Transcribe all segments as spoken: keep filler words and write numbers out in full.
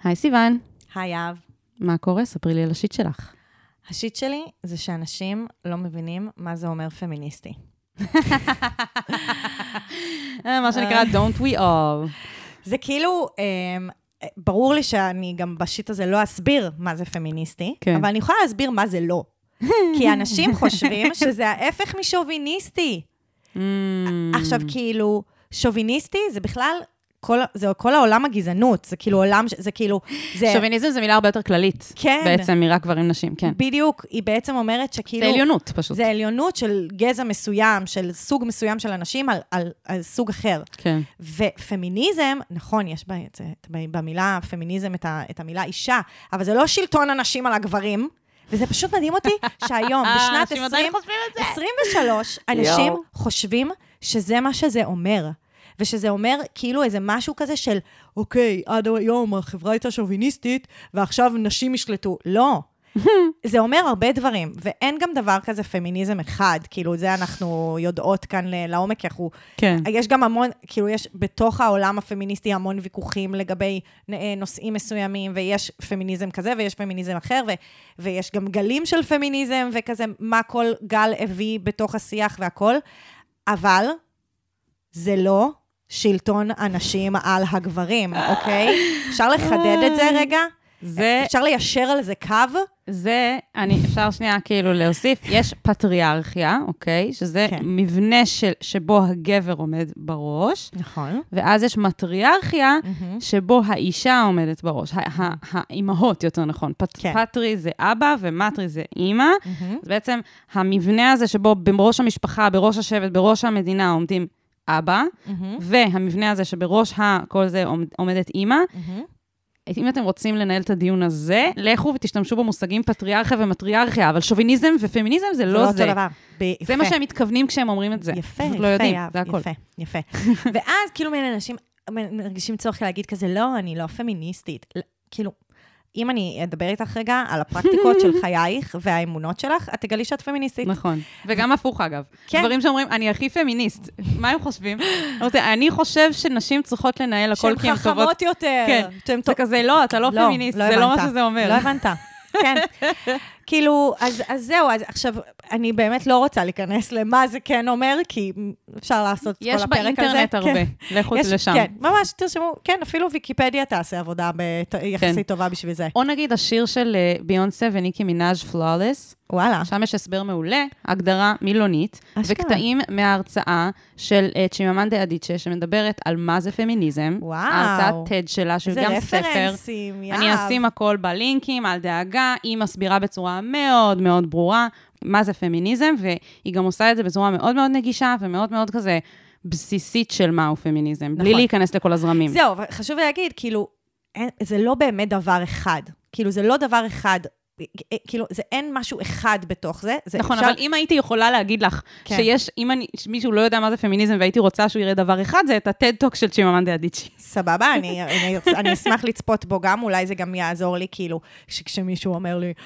היי סיוון. היי אב. מה קורה? ספרי לי על השיט שלך. השיט שלי זה שאנשים לא מבינים מה זה אומר פמיניסטי. מה שנקרא don't we all. זה כאילו, ברור לי שאני גם בשיט הזה לא אסביר מה זה פמיניסטי, אבל אני יכולה להסביר מה זה לא. כי אנשים חושבים שזה ההפך משוביניסטי. עכשיו כאילו, שוביניסטי זה בכלל... כל, זה כל העולם הגזענות, זה כאילו עולם, זה כאילו... זה... שוביניזם זה מילה הרבה יותר כללית. כן. בעצם מרק גברים נשים, כן. בדיוק, היא בעצם אומרת שכאילו... זה עליונות פשוט. זה עליונות של גזע מסוים, של סוג מסוים של אנשים על, על, על סוג אחר. כן. ופמיניזם, נכון, יש בה, זה, במילה פמיניזם את, ה, את המילה אישה, אבל זה לא שלטון אנשים על הגברים, וזה פשוט מדהים אותי שהיום, בשנת עשרים עשרים ושלוש, אנשים חושבים שזה מה שזה אומר. ושזה אומר כאילו איזה משהו כזה של, אוקיי, עד היום החברה הייתה שוביניסטית, ועכשיו נשים ישלטו. לא. זה אומר הרבה דברים, ואין גם דבר כזה פמיניזם אחד, כאילו זה אנחנו יודעות כאן לעומק, כי אנחנו, כן. יש גם המון, כאילו יש בתוך העולם הפמיניסטי המון ויכוחים לגבי נושאים מסוימים, ויש פמיניזם כזה, ויש פמיניזם אחר, ו, ויש גם גלים של פמיניזם, וכזה מה כל גל הביא בתוך השיח והכל, אבל זה לא שלטון אנשים על הגברים, אוקיי? אפשר לחדד את זה רגע? זה... אפשר ליישר על זה קו? זה, אני אפשר שנייה כאילו להוסיף, יש פטריארכיה, אוקיי? שזה כן. מבנה של, שבו הגבר עומד בראש. נכון. ואז יש מטריארכיה, mm-hmm. שבו האישה עומדת בראש. האימהות יותר נכון. פט, כן. פטרי זה אבא ומטרי זה אימא. Mm-hmm. אז בעצם המבנה הזה שבו בראש המשפחה, בראש השבט, בראש המדינה עומדים אבא, mm-hmm. והמבנה הזה שבראש כל זה עומדת אימא, mm-hmm. אם אתם רוצים לנהל את הדיון הזה, לכו ותשתמשו במושגים פטריארכיה ומטריארכיה, אבל שוביניזם ופמיניזם זה לא זה. זה מה שהם מתכוונים כשהם אומרים את זה. יפה, לא יודעים, זה הכל. יפה, יפה. ואז כאילו מיני אנשים מרגישים צורך להגיד כזה, לא, אני לא פמיניסטית. כאילו, אם אני אדבר איתך רגע על הפרקטיקות של חייך והאמונות שלך, את תגלי שאת פמיניסטית. נכון. וגם הפוך, אגב. דברים שאומרים, אני הכי פמיניסט. מה הם חושבים? אני חושב שנשים צריכות לנהל הכל כי הן טובות. שהן חכמות יותר. כן. זה כזה, לא, אתה לא פמיניסט. זה לא מה שזה אומר. לא הבנת. כן. כאילו, אז, אז זהו, אז עכשיו, אני באמת לא רוצה להיכנס למה זה כן אומר, כי אפשר לעשות את כל הפרק הזה. יש באינטרנט הרבה, לכו לשם. כן, ממש, תרשמו, כן, אפילו ויקיפדיה תעשה עבודה יחסית טובה בשביל זה. או נגיד השיר של ביונסה וניקי מינאז' פלאולס, וואלה. שם יש הסבר מעולה, הגדרה מילונית, וקטעים מההרצאה של צ'יממנדה אדיצ'ה, שמדברת על מה זה פמיניזם, ההרצאת טד שלה, שהוא גם ספר. אני אשים הכל בלינקים, על דאגה, היא מסבירה בצורה מאוד מאוד ברורה, מה זה פמיניזם, והיא גם עושה את זה בצורה מאוד מאוד נגישה, ומאוד מאוד כזה בסיסית של מהו פמיניזם, נכון. בלי להיכנס לכל הזרמים. זהו, חשוב להגיד, כאילו, זה לא באמת דבר אחד. כאילו, זה לא דבר אחד. כאילו, זה אין משהו אחד בתוך זה. זה נכון, אפשר... אבל אם הייתי יכולה להגיד לך, כן. שיש, אם אני, מישהו לא יודע מה זה פמיניזם, והייתי רוצה שהוא יראה דבר אחד, זה את הטד-טוק של צ'יממנדה אדיצ'ה. סבבה, אני, אני, אני אשמח לצפות בו גם, אולי זה גם יעזור לי, כאילו, שכשמישהו אומר לי,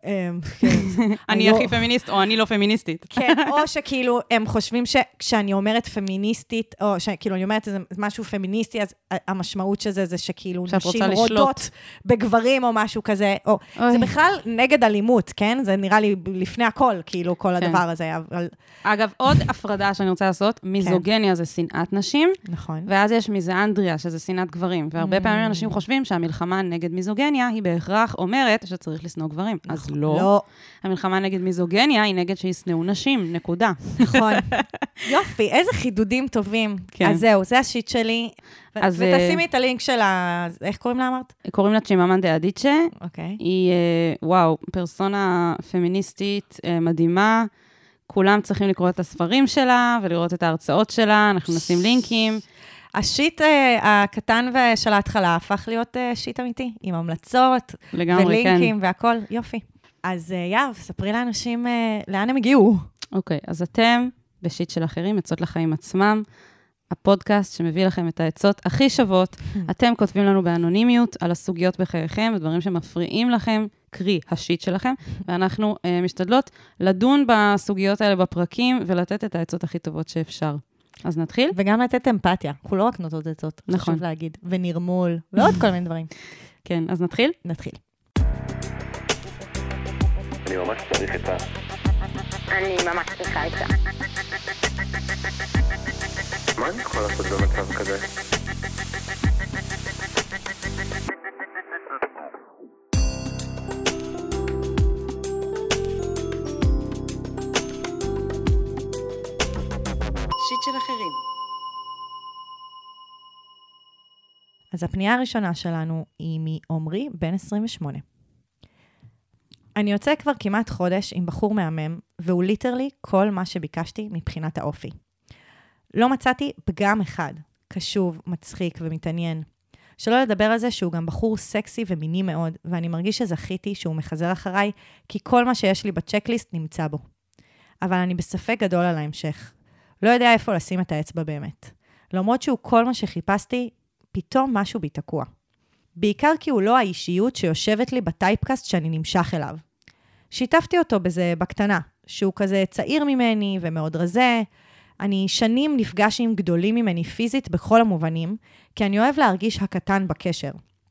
אני הכי פמיניסט, או אני לא פמיניסטית. כן, או שכאילו, הם חושבים שכשאני אומרת פמיניסטית, או שכאילו אני אומרת משהו פמיניסטי, אז המשמעות של זה, זה שכאילו נשים רודות בגברים, או משהו כזה, או זה בכלל נגד אלימות, כן? זה נראה לי לפני הכל, כאילו, כל הדבר הזה. אגב, עוד הפרדה שאני רוצה לעשות, מיזוגניה זה שנאת נשים, נכון. ואז יש מיזאנדריה, שזה שנאת גברים, והרבה פעמים אנשים חושבים שהמלחמה נגד מיזוגניה, היא בהכרח אומרת שצריך לשנוא גברים. אז לא. לא. המלחמה נגד מיזוגניה היא נגד שיסנאו נשים, נקודה. נכון. יופי, איזה חידודים טובים. כן. אז זהו, זה השיט שלי. אז, ותשימי את הלינק של ה... איך קוראים לה, אמרת? קוראים לה צ'יממנדה אדיצ'ה. אוקיי. היא, וואו, פרסונה פמיניסטית מדהימה. כולם צריכים לקרוא את הספרים שלה ולראות את ההרצאות שלה. אנחנו נשים לינקים. השיט הקטן של ההתחלה הפך להיות שיט אמיתי, עם המלצות, לגמרי, ולינקים כן. והכל, יופי. אז יאב, ספרי לאנשים לאן הם הגיעו. אוקיי, אז אתם בשיט של אחרים, עצות לחיים עצמם, הפודקאסט שמביא לכם את העצות הכי שוות, אתם כותבים לנו באנונימיות על הסוגיות בחייכם, ודברים שמפריעים לכם, קרי השיט שלכם, ואנחנו uh, משתדלות לדון בסוגיות האלה בפרקים, ולתת את העצות הכי טובות שאפשר. אז נתחיל? וגם לתת אמפתיה, אנחנו לא רק נותנות עצות, נכון. חשוב להגיד, ונרמול, ועוד כל מיני דברים. כן, אז נתחיל? נתחיל. אני ממש צריך את ה... אני ממש צריכה את זה. מה אני יכול לעשות במצב כזה? שיט של אחרים. אז הפנייה הראשונה שלנו היא מעומרי, בן עשרים ושמונה. אני יוצא כבר כמעט חודש עם בחור מהמם, והוא ליטרלי כל מה שביקשתי מבחינת האופי. לא מצאתי פגם אחד, קשוב, מצחיק ומתעניין. שלא לדבר על זה שהוא גם בחור סקסי ומיני מאוד, ואני מרגיש שזכיתי שהוא מחזר אחריי, כי כל מה שיש לי בצ'קליסט נמצא בו. אבל אני בספק גדול על ההמשך. לא יודע איפה לשים את האצבע באמת. למרות שהוא כל מה שחיפשתי, פתאום משהו בי תקוע. בעיקר כי הוא לא האישיות שיושבת לי בטייפקאסט שאני נמשך אליו. שיתפתי אותו בזה בקטנה, שהוא כזה צעיר ממני ומאוד רזה. אני שנים נפגש עם גדולים ממני פיזית בכל המובנים, כי אני אוהב להרגיש הקטן בקשר.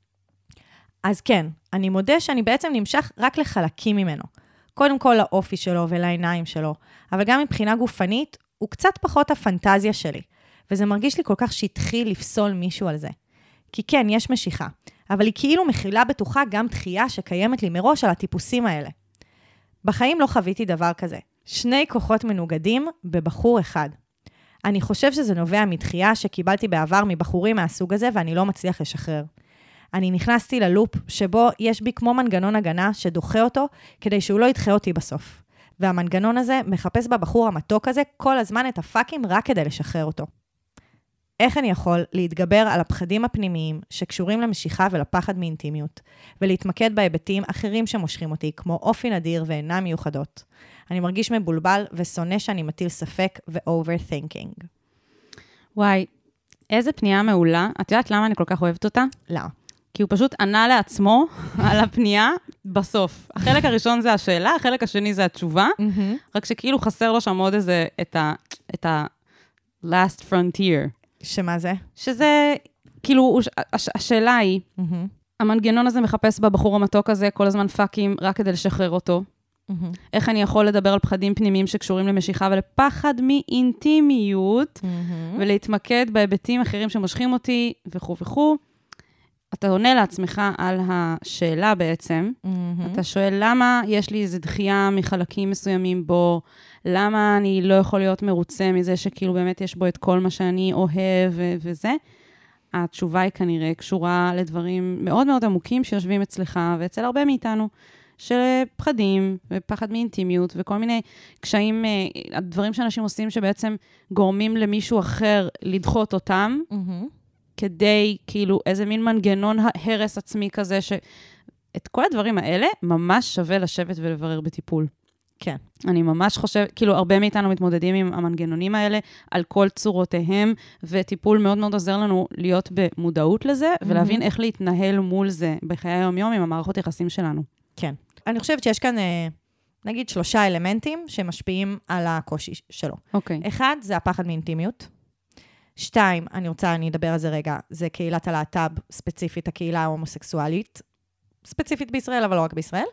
אז כן, אני מודה שאני בעצם נמשך רק לחלקים ממנו. קודם כל לאופי שלו ולעיניים שלו, אבל גם מבחינה גופנית, הוא קצת פחות הפנטזיה שלי. וזה מרגיש לי כל כך שטחי לפסול מישהו על זה. כי כן, יש משיכה, אבל היא כאילו מכילה בתוכה גם דחייה שקיימת לי מראש על הטיפוסים האלה. בחיים לא חוויתי דבר כזה. שני כוחות מנוגדים בבחור אחד. אני חושב שזה נובע מדחייה שקיבלתי בעבר מבחורים מהסוג הזה, ואני לא מצליח לשחרר. אני נכנסתי ללופ שבו יש בי כמו מנגנון הגנה שדוחה אותו, כדי שהוא לא ידחה אותי בסוף. והמנגנון הזה מחפש בבחור המתוק הזה כל הזמן את הפאקים רק כדי לשחרר אותו. איך אני יכול להתגבר על הפחדים הפנימיים שקשורים למשיכה ולפחד מאינטימיות, ולהתמקד בהיבטים אחרים שמושכים אותי, כמו אופי נדיר ואינם מיוחדות. אני מרגיש מבולבל ושונא שאני מטיל ספק ו-overthinking. וואי, איזה פנייה מעולה. את יודעת למה אני כל כך אוהבת אותה? למה? כי הוא פשוט ענה לעצמו על הפנייה בסוף. החלק הראשון זה השאלה, החלק השני זה התשובה, רק שכאילו חסר לו שם עוד איזה, את ה, את ה last frontier. שמה זה? שזה, כאילו, הש, השאלה היא, המנגנון הזה מחפש בבחור המתוק הזה כל הזמן פאקים רק כדי לשחרר אותו. איך אני יכול לדבר על פחדים פנימיים שקשורים למשיכה ולפחד מאינטימיות, ולהתמקד בהיבטים אחרים שמושכים אותי וכו' וכו'. אתה עונה לעצמך על השאלה בעצם, mm-hmm. אתה שואל למה יש לי איזו דחייה מחלקים מסוימים בו, למה אני לא יכול להיות מרוצה מזה שכאילו באמת יש בו את כל מה שאני אוהב ו- וזה. התשובה היא כנראה קשורה לדברים מאוד מאוד עמוקים שיושבים אצלך ואצל הרבה מאיתנו, של פחדים ופחד מאינטימיות וכל מיני קשיים, הדברים שאנשים עושים שבעצם גורמים למישהו אחר לדחות אותם, mm-hmm. כדי, כאילו, איזה מין מנגנון הרס עצמי כזה, שאת כל הדברים האלה ממש שווה לשבת ולברר בטיפול. כן. אני ממש חושבת, כאילו, הרבה מאיתנו מתמודדים עם המנגנונים האלה, על כל צורותיהם, וטיפול מאוד מאוד עוזר לנו להיות במודעות לזה, ולהבין איך להתנהל מול זה בחיי היום-יום עם המערכות יחסים שלנו. כן. אני חושבת שיש כאן, נגיד, שלושה אלמנטים שמשפיעים על הקושי שלו. אוקיי. אחד, זה הפחד מאינטימיות. שתיים, אני רוצה, אני אדבר על זה רגע, זה קהילת הלהט"ב, ספציפית הקהילה ההומוסקסואלית, ספציפית בישראל, אבל לא רק בישראל.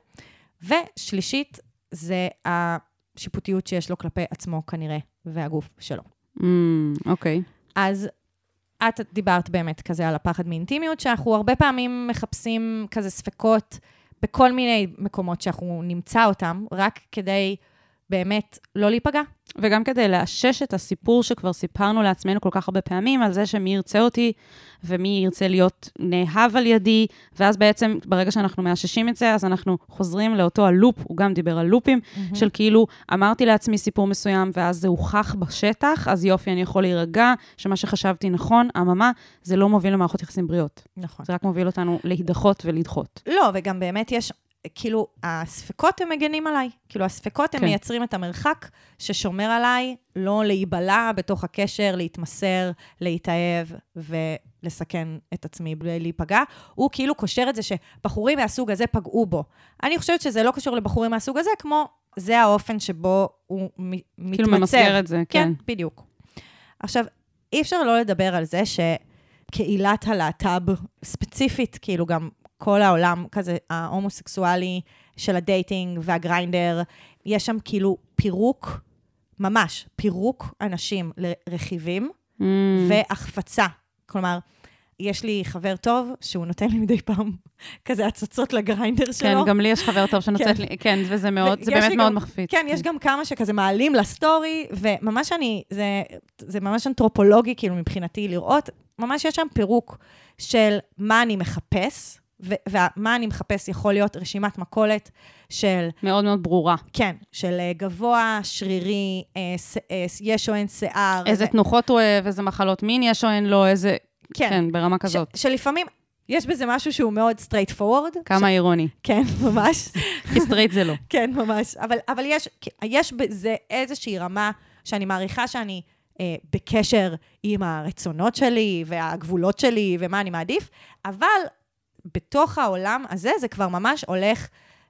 ושלישית, זה השיפוטיות שיש לו כלפי עצמו כנראה, והגוף שלו. אוקיי. Mm, okay. אז את דיברת באמת כזה על הפחד מאינטימיות, שאנחנו הרבה פעמים מחפשים כזה ספקות בכל מיני מקומות שאנחנו נמצא אותם, רק כדי באמת לא להיפגע. וגם כדי לאשש את הסיפור שכבר סיפרנו לעצמנו כל כך הרבה פעמים, על זה שמי ירצה אותי, ומי ירצה להיות נאהב על ידי, ואז בעצם ברגע שאנחנו מאששים את זה, אז אנחנו חוזרים לאותו הלופ, הוא גם דיבר על לופים, mm-hmm. של כאילו, אמרתי לעצמי סיפור מסוים, ואז זה הוכח בשטח, אז יופי, אני יכול להירגע, שמה שחשבתי נכון, אממה, זה לא מוביל למערכות יחסים בריאות. נכון. זה רק מוביל אותנו להידחות ולדחות. לא, וגם באמת יש... כאילו, הספקות הם מגנים עליי. כאילו, הספקות הם כן. מייצרים את המרחק ששומר עליי, לא להיבלע בתוך הקשר, להתמסר, להתאהב ולסכן את עצמי בלי להיפגע. הוא כאילו קושר את זה שבחורים מהסוג הזה פגעו בו. אני חושבת שזה לא קשור לבחורים מהסוג הזה, כמו זה האופן שבו הוא מתמצב. כאילו ממסגר את זה, כן. כן, בדיוק. עכשיו, אי אפשר לא לדבר על זה שקהילת הלהט"ב, ספציפית, כאילו גם כל העולם כזה, ההומוסקסואלי של הדייטינג והגריינדר, יש שם כאילו פירוק, ממש, פירוק אנשים לרכיבים, mm. והחפצה. כלומר, יש לי חבר טוב, שהוא נותן לי מדי פעם כזה הצצות לגריינדר שלו. כן, גם לי יש חבר טוב שנוצאת לי, כן, וזה מאוד, זה באמת מאוד מחפיץ. כן, יש גם כמה שכזה מעלים לסטורי, וממש אני, זה, זה ממש אנתרופולוגי, כאילו מבחינתי לראות, ממש יש שם פירוק של מה אני מחפש, ומה אני מחפש יכול להיות רשימת מכולת של... מאוד מאוד ברורה. כן, של גבוה, שרירי, יש או אין שיער. איזה תנוחות הוא אוהב, איזה מחלות מין יש או אין לו, איזה... כן, כן, ברמה כזאת. ש, שלפעמים יש בזה משהו שהוא מאוד straight forward. כמה ש... אירוני. כן, ממש. כי straight זה לא. כן, ממש. אבל, אבל יש, יש בזה איזושהי רמה שאני מעריכה שאני אה, בקשר עם הרצונות שלי והגבולות שלי ומה אני מעדיף, אבל בתוך העולם הזה זה כבר ממש הולך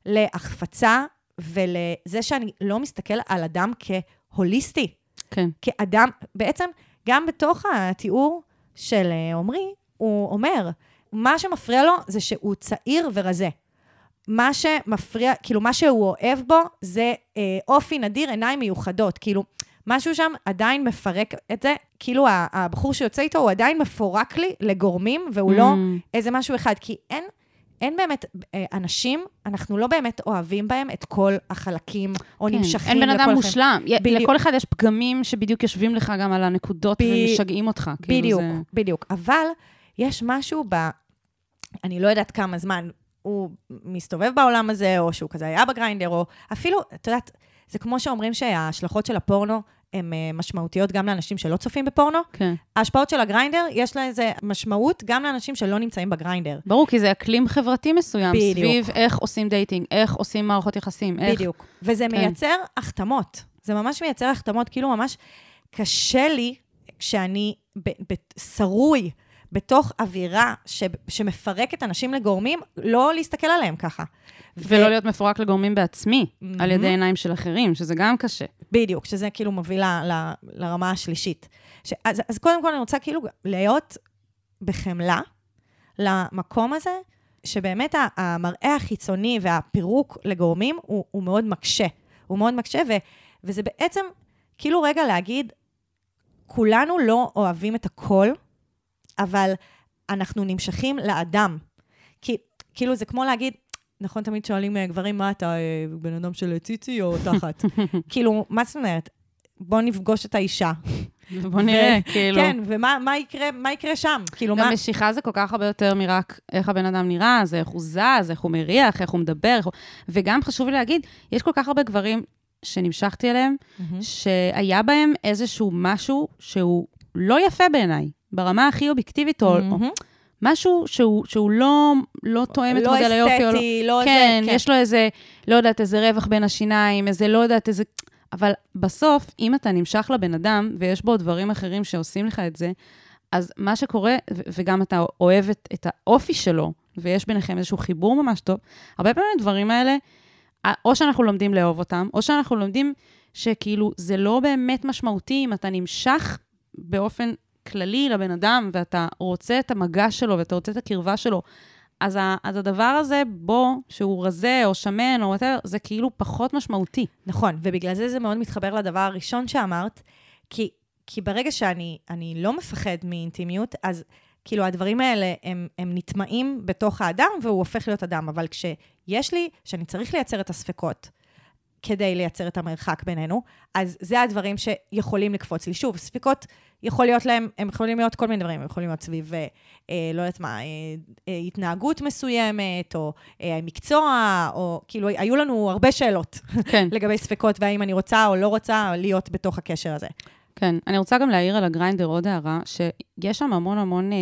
להחפצה ולזה שאני לא מסתכל על אדם כהוליסטי. כן. כאדם, בעצם גם בתוך התיאור של עומרי, הוא אומר, מה שמפריע לו זה שהוא צעיר ורזה. מה שמפריע, כאילו מה שהוא אוהב בו, זה אה, אופי נדיר, עיניים מיוחדות. כאילו, משהו שם עדיין מפרק את זה, כאילו הבחור שיוצא איתו, הוא עדיין מפורק לי לגורמים, והוא mm. לא איזה משהו אחד, כי אין, אין באמת, אנשים, אנחנו לא באמת אוהבים בהם את כל החלקים, או כן, נמשכים לכל... אין בן אדם מושלם. בדיוק. לכל אחד יש פגמים שבדיוק יושבים לך גם על הנקודות, ב... ומשגעים אותך. בדיוק, כאילו זה... בדיוק. אבל יש משהו ב... אני לא יודעת כמה זמן הוא מסתובב בעולם הזה, או שהוא כזה היה בגריינדר, או אפילו, את יודעת, זה כמו שאומרים שההשלכות של הפורנו, הן משמעותיות גם לאנשים שלא צופים בפורנו. כן. ההשפעות של הגריינדר, יש לה איזה משמעות גם לאנשים שלא נמצאים בגריינדר. ברור, כי זה אקלים חברתי מסוים, בדיוק. סביב איך עושים דייטינג, איך עושים מערכות יחסים, איך... בדיוק. וזה כן. מייצר החתמות. זה ממש מייצר החתמות, כאילו ממש קשה לי, כשאני שרוי בתוך אווירה ש, שמפרקת אנשים לגורמים, לא להסתכל עליהם ככה. ולא ו... להיות מפורק לגורמים בעצמי, mm-hmm. על ידי עיניים של אחרים, שזה גם קשה. בדיוק, שזה כאילו מוביל ל, ל, לרמה השלישית. ש, אז, אז קודם כל אני רוצה כאילו להיות בחמלה למקום הזה, שבאמת המראה החיצוני והפירוק לגורמים הוא, הוא מאוד מקשה. הוא מאוד מקשה, ו, וזה בעצם כאילו רגע להגיד, כולנו לא אוהבים את הכל, אבל אנחנו נמשכים לאדם. כי, כאילו זה כמו להגיד, נכון, תמיד שואלים גברים, מה אתה, בן אדם של ציצי או תחת? כאילו, מה זאת אומרת? בוא נפגוש את האישה. בוא נראה, כאילו. כן, ומה מה יקרה, מה יקרה שם? כאילו, גם מה... משיכה זה כל כך הרבה יותר מרק איך הבן אדם נראה, זה איך הוא זז, איך הוא מריח, איך הוא מדבר, איך הוא... וגם חשוב לי להגיד, יש כל כך הרבה גברים שנמשכתי אליהם, שהיה בהם איזשהו משהו שהוא לא יפה בעיניי, ברמה הכי אובייקטיבית, או... משהו שהוא, שהוא לא, לא תואם את מודל היופי. לא אסתטי, לא כן, זה, כן. יש לו איזה, לא יודעת, איזה רווח בין השיניים, איזה לא יודעת, איזה... אבל בסוף, אם אתה נמשך לבן אדם, ויש בו דברים אחרים שעושים לך את זה, אז מה שקורה, וגם אתה אוהב את, את האופי שלו, ויש ביניכם איזשהו חיבור ממש טוב, הרבה פעמים הדברים האלה, או שאנחנו לומדים לאהוב אותם, או שאנחנו לומדים שכאילו זה לא באמת משמעותי, אם אתה נמשך באופן כללי לבן אדם, ואתה רוצה את המגע שלו, ואתה רוצה את הקרבה שלו, אז, ה, אז הדבר הזה בו, שהוא רזה או שמן או whatever, זה כאילו פחות משמעותי. נכון, ובגלל זה זה מאוד מתחבר לדבר הראשון שאמרת, כי, כי ברגע שאני אני לא מפחד מאינטימיות, אז כאילו הדברים האלה הם, הם נטמעים בתוך האדם, והוא הופך להיות אדם, אבל כשיש לי, שאני צריך לייצר את הספקות, כדי לייצר את המרחק בינינו, אז זה הדברים שיכולים לקפוץ לי. שוב, ספקות יכול להיות להם, הם יכולים להיות כל מיני דברים, הם יכולים להיות סביב, אה, לא יודעת מה, אה, אה, התנהגות מסוימת, או אה, מקצוע, או כאילו, היו לנו הרבה שאלות כן. לגבי ספקות, והאם אני רוצה או לא רוצה להיות בתוך הקשר הזה. כן, אני רוצה גם להעיר על הגריינדר עוד הערה, שיש שם המון המון אה,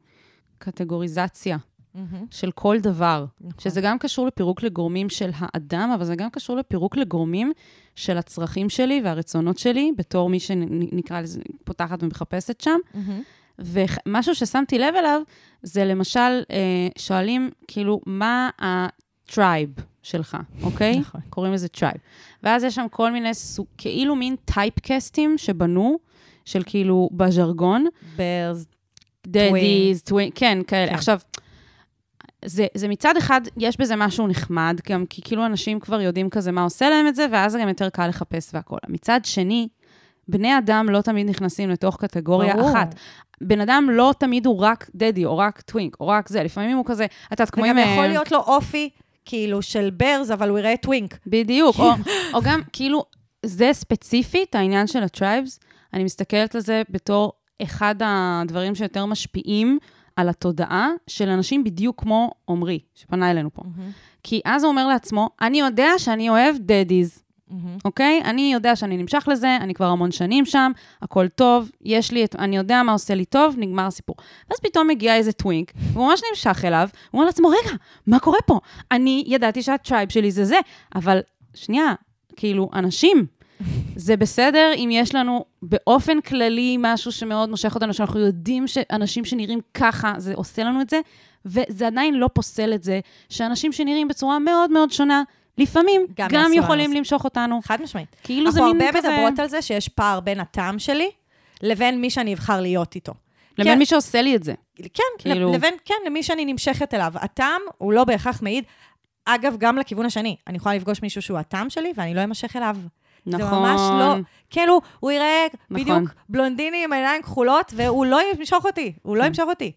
קטגוריזציה, של כל דבר, נכון. שזה גם קשור לפירוק לגורמים של האדם, אבל זה גם קשור לפירוק לגורמים של הצרכים שלי והרצונות שלי, בתור מי שנקרא לזה, פותחת ומחפשת שם. Mm-hmm. ומשהו ששמתי לב אליו, זה למשל, שואלים, כאילו, מה הטרייב שלך, אוקיי? נכון. קוראים לזה טרייב. ואז יש שם כל מיני, כאילו מין טייפקסטים שבנו, של כאילו בז'רגון. ברז, דדיז, טווין, כן, כאלה. עכשיו, זה, זה מצד אחד, יש בזה משהו נחמד, גם כי כאילו אנשים כבר יודעים כזה מה עושה להם את זה, ואז זה גם יותר קל לחפש והכל. מצד שני, בני אדם לא תמיד נכנסים לתוך קטגוריה ברור. אחת. בן אדם לא תמיד הוא רק דדי, או רק טווינק, או רק זה. לפעמים הוא כזה, אתה כמו... וגם יכול להיות לו אופי, כאילו, של ברז, אבל הוא יראה טווינק. בדיוק. או, או גם, כאילו, זה ספציפית, העניין של הטרייבס, אני מסתכלת על זה בתור אחד הדברים שיותר משפיעים על התודעה של אנשים בדיוק כמו עומרי, שפנה אלינו פה. Mm-hmm. כי אז הוא אומר לעצמו, אני יודע שאני אוהב דדיז. אוקיי? Mm-hmm. Okay? אני יודע שאני נמשך לזה, אני כבר המון שנים שם, הכל טוב, יש לי, אני יודע מה עושה לי טוב, נגמר הסיפור. ואז פתאום מגיע איזה טווינק, הוא ממש נמשך אליו, הוא אומר לעצמו, רגע, מה קורה פה? אני ידעתי שהטרייב שלי זה זה, אבל שנייה, כאילו, אנשים, זה בסדר אם יש לנו באופן כללי משהו שמאוד מושך אותנו, שאנחנו יודעים שאנשים שנראים ככה, זה עושה לנו את זה, וזה עדיין לא פוסל את זה, שאנשים שנראים בצורה מאוד מאוד שונה, לפעמים גם, גם יכולים למשוך אותנו. חד משמעית. כאילו זה מין כזה... אנחנו הרבה מדברות על זה שיש פער בין הטעם שלי, לבין מי שאני אבחר להיות איתו. לבין כן, מי שעושה לי את זה. כן, כאילו... לבין, כן, למי שאני נמשכת אליו. הטעם הוא לא בהכרח מעיד, אגב, גם לכיוון השני. אני יכולה לפגוש מישהו שהוא הטעם שלי, ואני לא אמשך אליו. נכון. זה ממש לא... כאילו, הוא יראה נכון. בדיוק בלונדיני עם עיניים כחולות, והוא לא ימשוך אותי. הוא לא ימשוך אותי.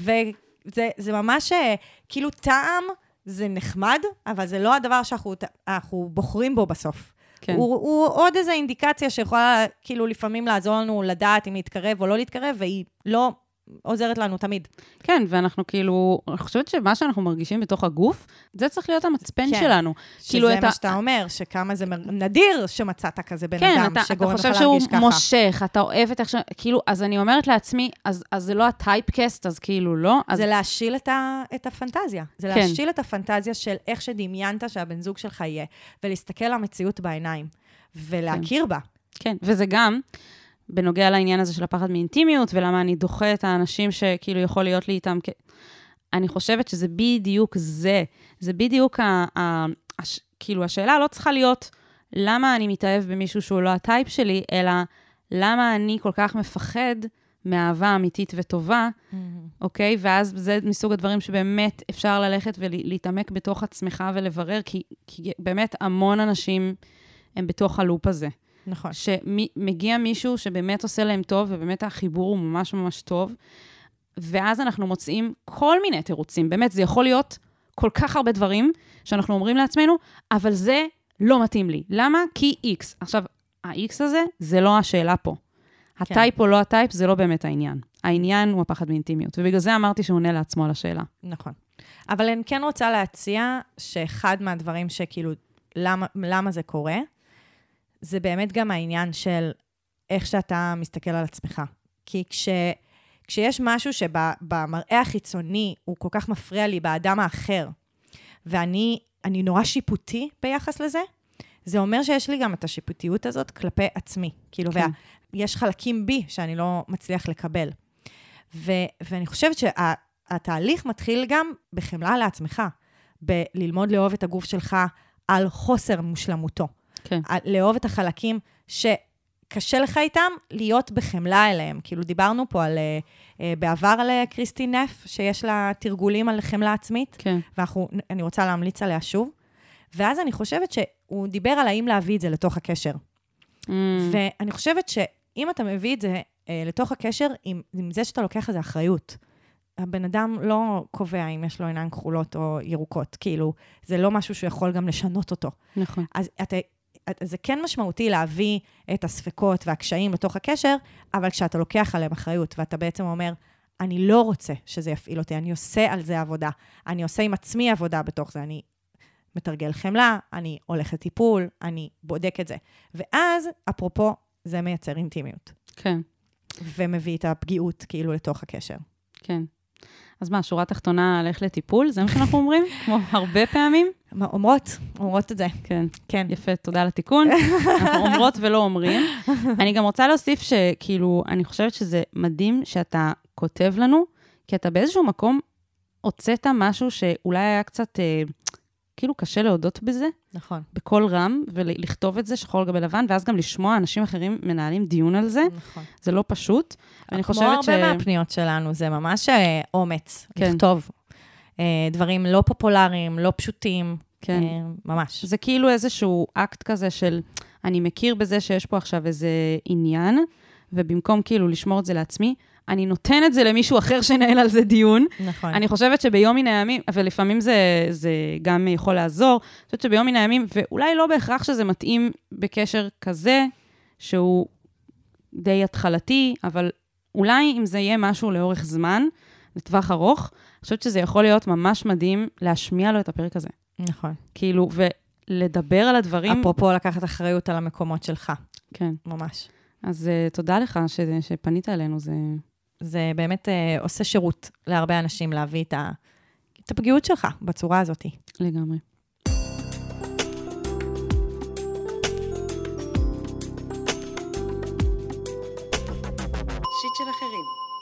וזה זה ממש, כאילו, טעם... זה נחמד, אבל זה לא הדבר שאנחנו בוחרים בו בסוף. כן. הוא, הוא עוד איזו אינדיקציה שיכולה, כאילו, לפעמים לעזור לנו לדעת אם להתקרב או לא להתקרב, והיא לא עוזרת לנו תמיד. כן, ואנחנו כאילו, אני חושבת שמה שאנחנו מרגישים בתוך הגוף, זה צריך להיות המצפן כן. שלנו. שזה כאילו מה אתה... שאתה אומר, שכמה זה נדיר שמצאת כזה בן כן, אדם, אתה, שגורם לך להרגיש ככה. כן, אתה חושב שהוא מושך, אתה אוהב את איך ש... כאילו, אז אני אומרת לעצמי, אז, אז זה לא הטייפקסט, אז כאילו לא. אז... זה להשיל את, ה, את הפנטזיה. זה כן. להשיל את הפנטזיה של איך שדמיינת שהבן זוג שלך יהיה, ולהסתכל על המציאות בעיניים, ולהכיר כן. בה. כן, וזה גם... בנוגע לעניין הזה של הפחד מאינטימיות, ולמה אני דוחה את האנשים שכאילו יכול להיות לי איתם, אני חושבת שזה בדיוק זה, זה בדיוק, ה, ה, הש, כאילו השאלה לא צריכה להיות, למה אני מתאהב במישהו שהוא לא הטייפ שלי, אלא למה אני כל כך מפחד מאהבה אמיתית וטובה, mm-hmm. אוקיי? ואז זה מסוג הדברים שבאמת אפשר ללכת ולהתעמק בתוך עצמך ולברר, כי, כי באמת המון אנשים הם בתוך הלופ הזה. נכון. שמגיע מישהו שבאמת עושה להם טוב, ובאמת החיבור הוא ממש ממש טוב, ואז אנחנו מוצאים כל מיני תירוצים. באמת, זה יכול להיות כל כך הרבה דברים שאנחנו אומרים לעצמנו, אבל זה לא מתאים לי. למה? כי X. עכשיו, ה-X הזה, זה לא השאלה פה. הטייפ או לא הטייפ, זה לא באמת העניין. העניין הוא הפחד מאינטימיות, ובגלל זה אמרתי שהוא עונה לעצמו על השאלה. נכון. אבל אני כן רוצה להציע שאחד מהדברים שכאילו, למה, למה זה קורה, זה באמת גם העניין של איך שאתה מסתכל על עצמך. כי כש, כשיש משהו שבמראה החיצוני הוא כל כך מפריע לי באדם האחר, ואני אני נורא שיפוטי ביחס לזה, זה אומר שיש לי גם את השיפוטיות הזאת כלפי עצמי. כאילו, כן. ויש חלקים בי שאני לא מצליח לקבל. ו, ואני חושבת שהתהליך מתחיל גם בחמלה לעצמך, בללמוד לאהוב את הגוף שלך על חוסר מושלמותו. כן. לאהוב את החלקים שקשה לך איתם, להיות בחמלה אליהם. כאילו דיברנו פה על, בעבר על קריסטי נף, שיש לה תרגולים על חמלה עצמית, כן. ואני רוצה להמליץ עליה שוב. ואז אני חושבת שהוא דיבר על האם להביא את זה לתוך הקשר. Mm. ואני חושבת שאם אתה מביא את זה לתוך הקשר, עם, עם זה שאתה לוקח איזו אחריות, הבן אדם לא קובע אם יש לו עיניים כחולות או ירוקות, כאילו, זה לא משהו שיכול גם לשנות אותו. נכון. אז אתה... זה כן משמעותי להביא את הספקות והקשיים לתוך הקשר, אבל כשאתה לוקח עליהם אחריות, ואתה בעצם אומר, אני לא רוצה שזה יפעיל אותי, אני עושה על זה עבודה, אני עושה עם עצמי עבודה בתוך זה, אני מתרגל חמלה, אני הולך לטיפול, אני בודק את זה. ואז, אפרופו, זה מייצר אינטימיות. כן. ומביא את הפגיעות כאילו לתוך הקשר. כן. אז מה, שורה תחתונה, הלך לטיפול? זה מה שאנחנו אומרים? כמו הרבה פעמים? אומרות, אומרות את זה. כן, כן. יפה, תודה על התיקון. אנחנו אומרות ולא אומרים. אני גם רוצה להוסיף שכאילו, אני חושבת שזה מדהים שאתה כותב לנו, כי אתה באיזשהו מקום הוצאת משהו שאולי היה קצת, אה, כאילו קשה להודות בזה. נכון. בכל רם, ולכתוב את זה שחור גבי לבן, ואז גם לשמוע אנשים אחרים מנהלים דיון על זה. נכון. זה לא פשוט. כמו הרבה ש... מהפניות שלנו, זה ממש אומץ, כן. לכתוב. דברים לא פופולריים, לא פשוטים, כן. ממש. זה כאילו איזשהו אקט כזה של, אני מכיר בזה שיש פה עכשיו איזה עניין, ובמקום כאילו לשמור את זה לעצמי, אני נותן את זה למישהו אחר שנהל על זה דיון. נכון. אני חושבת שביום מן הימים, ולפעמים זה, זה גם יכול לעזור, אני חושבת שביום מן הימים, ואולי לא בהכרח שזה מתאים בקשר כזה, שהוא די התחלתי, אבל אולי אם זה יהיה משהו לאורך זמן, לטווח ארוך, אני חושבת שזה יכול להיות ממש מדהים להשמיע לו את הפרק הזה. נכון. כאילו, ולדבר על הדברים. אפרופו לקחת אחריות על המקומות שלך. כן. ממש. אז uh, תודה לך ש, שפנית אלינו, זה... זה באמת uh, עושה שירות להרבה אנשים להביא את, ה, את הפגיעות שלך בצורה הזאת. לגמרי. שיט של אחרים.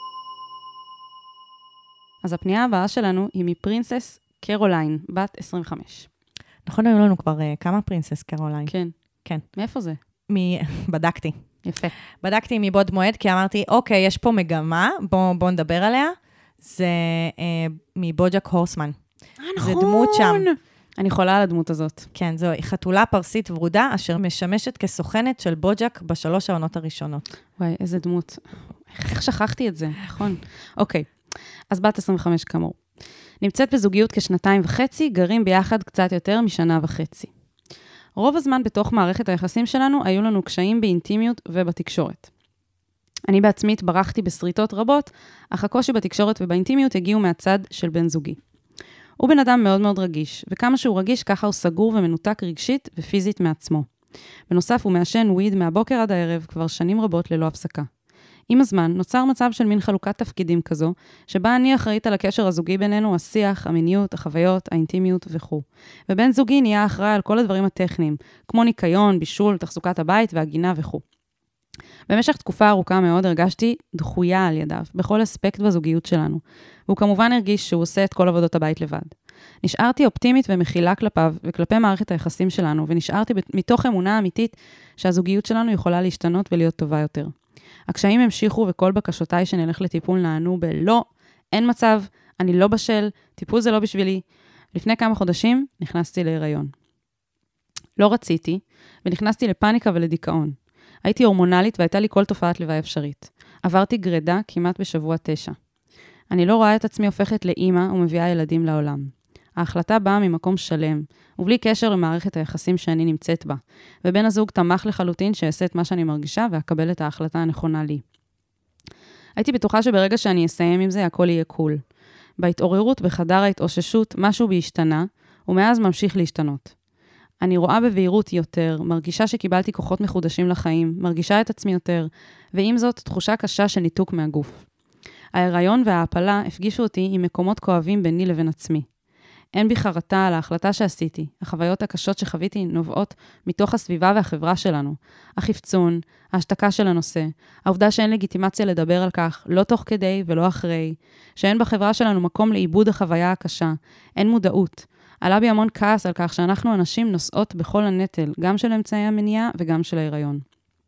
אז הפנייה הבאה שלנו היא מפרינסס קרוליין, בת עשרים וחמש. נכון, היו לנו כבר uh, כמה פרינסס קרוליין. כן. כן. מאיפה זה? מ... בדקתי. יפה. בדקתי מבעוד מועד, כי אמרתי, אוקיי, יש פה מגמה, בואו בוא נדבר עליה. זה אה, מבוג'ק הורסמן. אה, נכון. זה דמות שם. אני חולה על הדמות הזאת. כן, זו חתולה פרסית ורודה, אשר משמשת כסוכנת של בוג'ק בשלוש העונות הראשונות. וואי, איזה דמות. איך שכחתי את זה, נכון. אוקיי, אז בת עשרים וחמש כאמור. נמצאת בזוגיות כשנתיים וחצי, גרים ביחד קצת יותר משנה וחצי. רוב הזמן בתוך מערכת היחסים שלנו היו לנו קשיים באינטימיות ובתקשורת. אני בעצמי התברכתי בסריטות רבות, אך הקושי בתקשורת ובאינטימיות הגיעו מהצד של בן זוגי. הוא בן אדם מאוד מאוד רגיש, וכמה שהוא רגיש ככה הוא סגור ומנותק רגשית ופיזית מעצמו. בנוסף הוא מעשן וויד מהבוקר עד הערב כבר שנים רבות ללא הפסקה. עם הזמן נוצר מצב של מין חלוקת תפקידים כזו, שבה אני אחראית על הקשר הזוגי בינינו, השיח, המיניות, החוויות, האינטימיות וכו'. ובן זוגי נהיה אחראי על כל הדברים הטכניים, כמו ניקיון, בישול, תחזוקת הבית והגינה וכו'. במשך תקופה ארוכה מאוד הרגשתי דחויה על ידיו, בכל אספקט בזוגיות שלנו. והוא כמובן הרגיש שהוא עושה את כל עבודות הבית לבד. נשארתי אופטימית ומכילה כלפיו וכלפי מערכת היחסים שלנו, ונשארתי מתוך אמונה אמיתית שהזוגיות שלנו יכולה להשתנות ולהיות טובה יותר. הקשיים המשיכו וכל בקשותיי שנלך לטיפול נענו בלא, אין מצב, אני לא בשל, טיפול זה לא בשבילי. לפני כמה חודשים נכנסתי להיריון. לא רציתי, ונכנסתי לפאניקה ולדיכאון. הייתי הורמונלית והייתה לי כל תופעת לוואי אפשרית. עברתי גרידה כמעט בשבוע תשע. אני לא רואה את עצמי הופכת לאימא ומביאה ילדים לעולם. ההחלטה באה ממקום שלם, ובלי קשר למערכת היחסים שאני נמצאת בה, ובן הזוג תמך לחלוטין שאעשה את מה שאני מרגישה ואקבל את ההחלטה הנכונה לי. הייתי בטוחה שברגע שאני אסיים עם זה, הכל יהיה קול. בהתעוררות, בחדר ההתאוששות, משהו בהשתנה, ומאז ממשיך להשתנות. אני רואה בבהירות יותר, מרגישה שקיבלתי כוחות מחודשים לחיים, מרגישה את עצמי יותר, ועם זאת, תחושה קשה של ניתוק מהגוף. ההיריון וההפלה הפגישו אותי עם מקומות כואבים ביני לבין עצמי. אין בי חרטה על ההחלטה שעשיתי. החוויות הקשות שחוויתי נובעות מתוך הסביבה והחברה שלנו. החפצון, ההשתקה של הנושא, העובדה שאין לגיטימציה לדבר על כך, לא תוך כדי ולא אחרי, שאין בחברה שלנו מקום לאיבוד החוויה הקשה, אין מודעות. עלה בי המון כעס על כך שאנחנו אנשים נושאות בכל הנטל, גם של אמצעי המניעה וגם של ההיריון.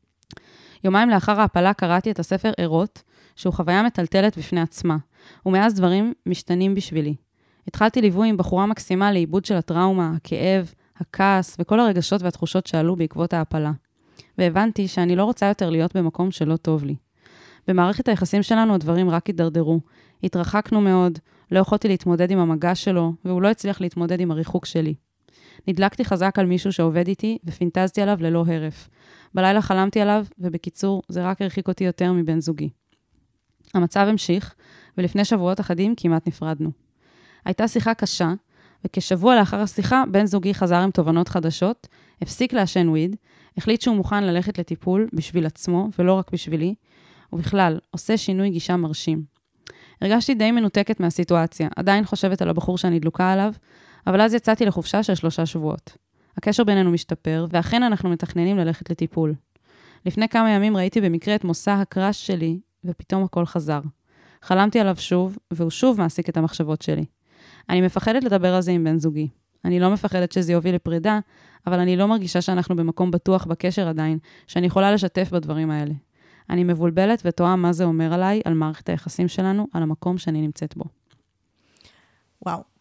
יומיים לאחר ההפלה קראתי את הספר ערות, שהוא חוויה מטלטלת בפני עצמה, ומאז דברים משתנים בשבילי. התחלתי ליווי עם בחורה מקסימה לאיבוד של הטראומה, הכאב, הכעס וכל הרגשות והתחושות שעלו בעקבות ההפלה. והבנתי שאני לא רוצה יותר להיות במקום שלא טוב לי. במערכת היחסים שלנו הדברים רק התדרדרו. התרחקנו מאוד, לא יכולתי להתמודד עם המגע שלו, והוא לא הצליח להתמודד עם הריחוק שלי. נדלקתי חזק על מישהו שעובד איתי, ופינטזתי עליו ללא הרף. בלילה חלמתי עליו, ובקיצור, זה רק הרחיק אותי יותר מבן זוגי. המצב המשיך, ולפני שבועות אחדים כמעט נפרדנו. הייתה שיחה קשה, וכשבוע לאחר השיחה, בן זוגי חזר עם תובנות חדשות, הפסיק לעשן וויד, החליט שהוא מוכן ללכת לטיפול בשביל עצמו, ולא רק בשבילי, ובכלל, עושה שינוי גישה מרשים. הרגשתי די מנותקת מהסיטואציה, עדיין חושבת על הבחור שאני דלוקה עליו, אבל אז יצאתי לחופשה של שלושה שבועות. הקשר בינינו משתפר, ואכן אנחנו מתכננים ללכת לטיפול. לפני כמה ימים ראיתי במקרה את מושא הקרש שלי, ופתאום הכל חזר. חלמתי עליו שוב, והוא שוב מעסיק את המחשבות שלי. אני מפחדת לדבר על זה עם בן זוגי. אני לא מפחדת שזה יוביל לפרידה, אבל אני לא מרגישה שאנחנו במקום בטוח בקשר עדיין, שאני יכולה לשתף בדברים האלה. אני מבולבלת ותוהה מה זה אומר עליי, על מערכת היחסים שלנו, על המקום שאני נמצאת בו. וואו,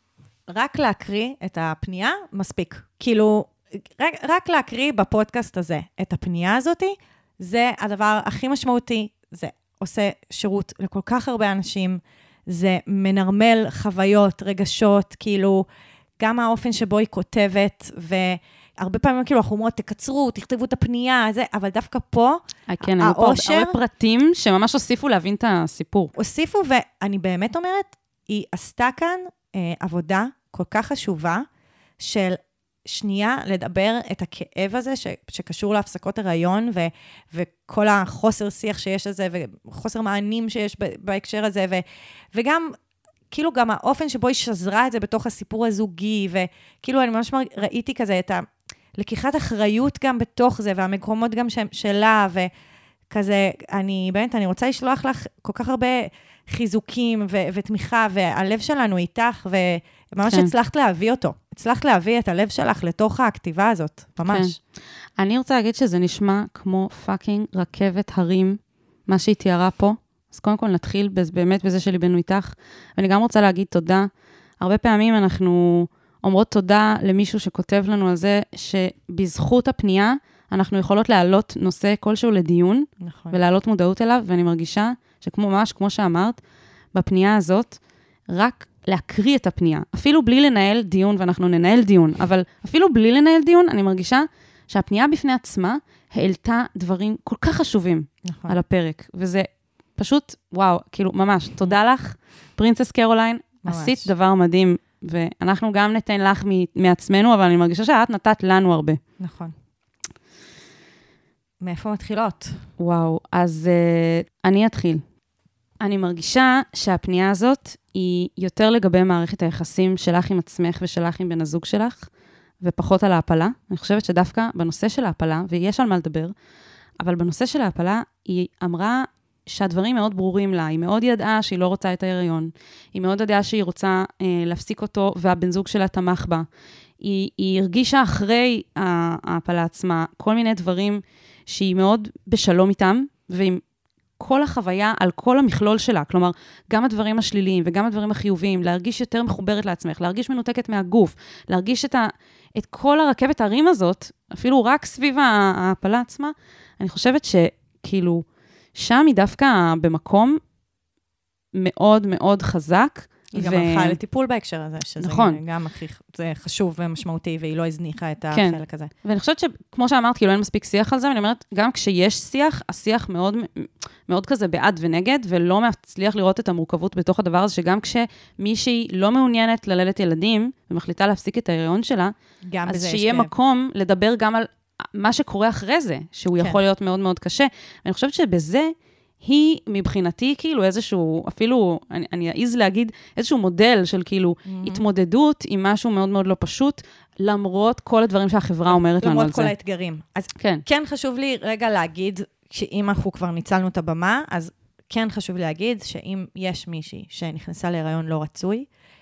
רק להקריא את הפנייה, מספיק. כאילו, רק, רק להקריא בפודקאסט הזה את הפנייה הזאת, זה הדבר הכי משמעותי, זה עושה שירות לכל כך הרבה אנשים, זה מנרמל חוויות, רגשות, כאילו, גם האופן שבו היא כותבת, והרבה פעמים כאילו אנחנו אומרות, תקצרו, תכתבו את הפנייה, זה, אבל דווקא פה, כן, היו פה הרבה פרטים שממש הוסיפו להבין את הסיפור. הוסיפו, ואני באמת אומרת, היא עשתה כאן אה, עבודה כל כך חשובה, של שנייה לדבר את הכאב הזה, ש, שקשור להפסקות הריון, ו, וכל החוסר שיח שיש לזה, וחוסר מענים שיש בהקשר הזה, ו, וגם, כאילו גם האופן שבו היא שזרה את זה בתוך הסיפור הזוגי, וכאילו אני ממש ראיתי כזה את הלקיחת אחריות גם בתוך זה, והמקומות גם שלה, וכזה, אני באמת, אני רוצה לשלוח לך כל כך הרבה חיזוקים ו- ותמיכה, והלב שלנו איתך, וממש כן. הצלחת להביא אותו. הצלחת להביא את הלב שלך לתוך הכתיבה הזאת, ממש. כן. אני רוצה להגיד שזה נשמע כמו פאקינג רכבת הרים, מה שהיא תיארה פה. אז קודם כל נתחיל באמת בזה שליבנו איתך, ואני גם רוצה להגיד תודה. הרבה פעמים אנחנו אומרות תודה למישהו שכותב לנו על זה, שבזכות הפנייה אנחנו יכולות להעלות נושא כלשהו לדיון, נכון. ולהעלות מודעות אליו, ואני מרגישה שכמו ממש, כמו שאמרת, בפנייה הזאת, רק להקריא את הפנייה, אפילו בלי לנהל דיון, ואנחנו ננהל דיון, אבל אפילו בלי לנהל דיון, אני מרגישה שהפנייה בפני עצמה העלתה דברים כל כך חשובים נכון. על הפרק, וזה פשוט, וואו, כאילו, ממש, תודה לך, פרינסס קרוליין, ממש. עשית דבר מדהים, ואנחנו גם ניתן לך מעצמנו, אבל אני מרגישה שאת נתת לנו הרבה. נכון. מאיפה מתחילות? וואו, אז uh, אני אתחיל. אני מרגישה שהפנייה הזאת היא יותר לגבי מערכת היחסים שלך עם עצמך ושלך עם בן הזוג שלך, ופחות על ההפלה. אני חושבת שדווקא בנושא של ההפלה, ויש על מה לדבר, אבל בנושא של ההפלה, היא אמרה שהדברים מאוד ברורים לה, היא מאוד ידעה שהיא לא רוצה את ההיריון, היא מאוד ידעה שהיא רוצה אה, להפסיק אותו, והבן זוג שלה תמך בה. היא, היא הרגישה אחרי ההפלה עצמה, כל מיני דברים שהיא מאוד בשלום איתם, ועם כל החוויה על כל המכלול שלה, כלומר, גם הדברים השליליים וגם הדברים החיוביים, להרגיש יותר מחוברת לעצמך, להרגיש מנותקת מהגוף, להרגיש את, ה, את כל הרכבת הרים הזאת, אפילו רק סביב ההפלה עצמה, אני חושבת שכאילו, שם היא דווקא במקום מאוד מאוד חזק. היא גם הלכה לטיפול בהקשר הזה, שזה נכון. גם הכי, זה חשוב ומשמעותי, והיא לא הזניחה את כן. החלק הזה. ואני חושבת שכמו שאמרת, כאילו אין מספיק שיח על זה, ואני אומרת, גם כשיש שיח, השיח מאוד, מאוד כזה בעד ונגד, ולא מצליח לראות את המורכבות בתוך הדבר הזה, שגם כשמישהי לא מעוניינת ללדת ילדים, ומחליטה להפסיק את ההיריון שלה, אז שיהיה מקום לדבר גם על מה שקורה אחרי זה, שהוא כן. יכול להיות מאוד מאוד קשה. ואני חושבת שבזה, היא מבחינתי כאילו איזשהו, אפילו, אני, אני אעז להגיד, איזשהו מודל של כאילו mm-hmm. התמודדות עם משהו מאוד מאוד לא פשוט, למרות כל הדברים שהחברה אומרת לנו על זה. למרות כל האתגרים. אז כן. כן חשוב לי רגע להגיד, שאם אנחנו כבר ניצלנו את הבמה, אז כן חשוב לי להגיד, שאם יש מישהי שנכנסה להיריון לא רצוי,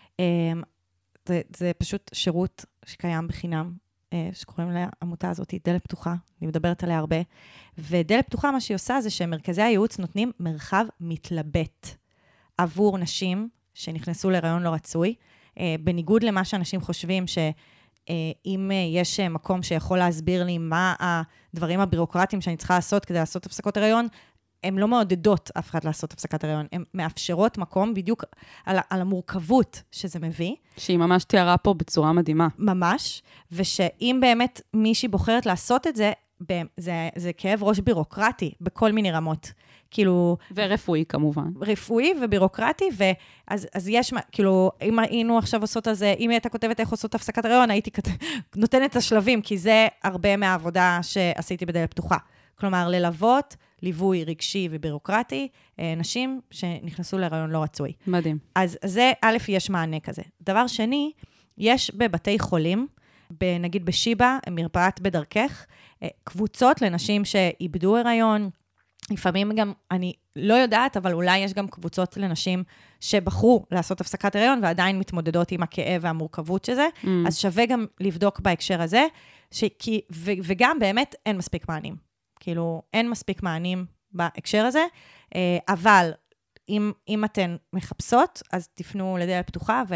זה, זה פשוט שירות שקיים בחינם, שקוראים לעמותה הזאת, דלת פתוחה, אני מדברת עליה הרבה, ודלת פתוחה, מה שהיא עושה זה שמרכזי הייעוץ נותנים מרחב מתלבט עבור נשים שנכנסו להיריון לא רצוי, בניגוד למה שאנשים חושבים שאם יש מקום שיכול להסביר לי מה הדברים הבירוקרטיים שאני צריכה לעשות כדי לעשות הפסקות הריון, הן לא מעודדות אף אחד לעשות הפסקת הריון, הן מאפשרות מקום בדיוק על, על המורכבות שזה מביא. שהיא ממש תיארה פה בצורה מדהימה. ממש, ושאם באמת מישהי בוחרת לעשות את זה, זה, זה כאב ראש בירוקרטי בכל מיני רמות. כאילו... ורפואי כמובן. רפואי ובירוקרטי, ואז אז יש, כאילו, אם היינו עכשיו עושות על זה, אם הייתה כותבת איך עושות הפסקת הריון, הייתי נותנת את השלבים, כי זה הרבה מהעבודה שעשיתי בדלת פתוחה. כלומר, ללוות, ליווי רגשי ובירוקרטי, נשים שנכנסו להיריון לא רצוי. מדהים. אז זה, א', יש מענה כזה. דבר שני, יש בבתי חולים, נגיד בשיבה, מרפאת בדרכך, קבוצות לנשים שאיבדו הריון, לפעמים גם, אני לא יודעת, אבל אולי יש גם קבוצות לנשים שבחרו לעשות הפסקת הריון, ועדיין מתמודדות עם הכאב והמורכבות שזה, mm. אז שווה גם לבדוק בהקשר הזה, שכי, ו, וגם באמת אין מספיק מענים. כאילו, אין מספיק מענים בהקשר הזה, אבל אם, אם אתן מחפשות, אז תפנו לדלת פתוחה,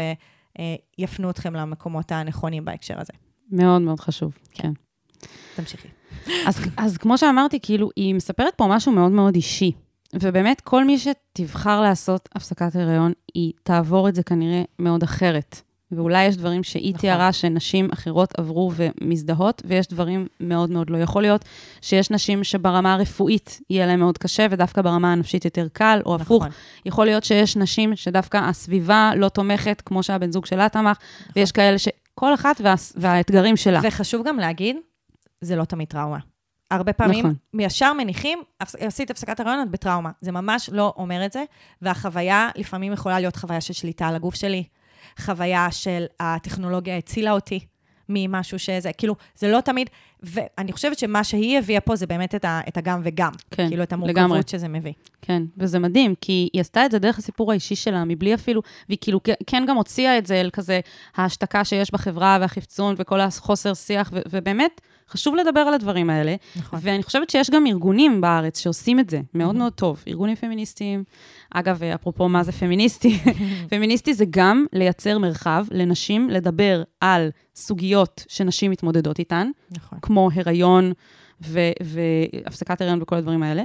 יפנו אתכם למקומות הנכונים בהקשר הזה. מאוד מאוד חשוב, כן. תמשיכי. אז, אז כמו שאמרתי, כאילו, היא מספרת פה משהו מאוד מאוד אישי, ובאמת כל מי שתבחר לעשות הפסקת הריון, היא תעבור את זה כנראה מאוד אחרת. ואולי יש דברים שהיא נכון. תיארה שנשים אחרות עברו ומזדהות, ויש דברים מאוד מאוד לא יכול להיות, שיש נשים שברמה הרפואית יהיה להם מאוד קשה, ודווקא ברמה הנפשית יותר קל, או נכון. הפוך. יכול להיות שיש נשים שדווקא הסביבה לא תומכת, כמו שהבן זוג שלה תמך, נכון. ויש כאלה שכל אחת וה... והאתגרים שלה. וחשוב גם להגיד, זה לא תמיד טראומה. הרבה פעמים נכון. מישר מניחים, עשית הפסקת הריון, את בטראומה. זה ממש לא אומר את זה, והחוויה לפעמים יכולה להיות חוויה של שליטה על הגוף שלי, חוויה של הטכנולוגיה הצילה אותי ממשהו שזה, כאילו, זה לא תמיד, ואני חושבת שמה שהיא הביאה פה זה באמת את, ה, את הגם וגם, כן, כאילו את המורכבות לגמרי. שזה מביא. כן, וזה מדהים, כי היא עשתה את זה דרך הסיפור האישי שלה, מבלי אפילו, והיא כאילו כן גם הוציאה את זה אל כזה ההשתקה שיש בחברה והחפצון וכל החוסר שיח, ו- ובאמת חשוב לדבר על הדברים האלה, נכון. ואני חושבת שיש גם ארגונים בארץ שעושים את זה, מאוד מאוד טוב, ארגונים פמיניסטיים, אגב, אפרופו מה זה פמיניסטי, פמיניסטי זה גם לייצר מרחב לנשים לדבר על סוגיות שנשים מתמודדות איתן, נכון. כמו הריון ו- והפסקת הריון וכל הדברים האלה,